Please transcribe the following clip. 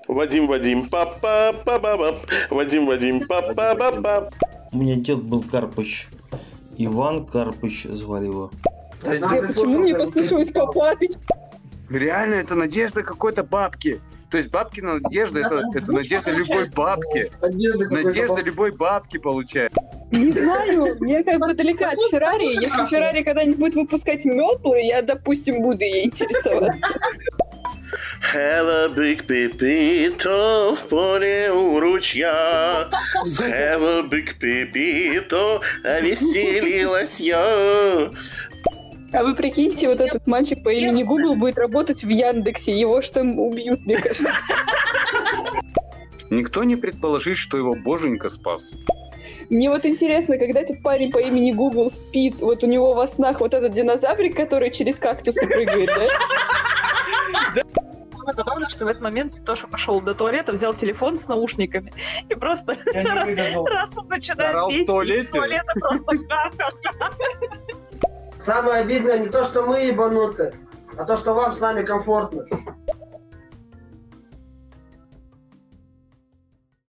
Вадим, па-па-па-па-па. Вадим, па-па-па-па. У меня дед был Карпыч. Иван Карпыч звали его. Почему мне послышалось Копатыч? Реально, это надежда какой-то бабки. То есть бабкина надежда, это надежда любой бабки. Надежда любой бабки получается. Не знаю, мне как бы далека от Феррари. Если Феррари когда-нибудь будет выпускать метлы, я, допустим, буду ей интересоваться. Hello, Big Pepito, в поле у ручья. Hello, Big Pepito, веселилась я. А вы прикиньте, вот этот мальчик по имени Google будет работать в Яндексе. Его ж там убьют, мне кажется. Никто не предположит, что его боженька спас. Мне вот интересно, когда этот парень по имени Google спит, вот у него во снах вот этот динозаврик, который через кактусы прыгает, да? Самое забавное, что в этот момент Тоша пошел до туалета, взял телефон с наушниками и просто раз он начинает петь, из туалета просто ха-ха-ха. Самое обидное не то, что мы ебануты, а то, что вам с нами комфортно.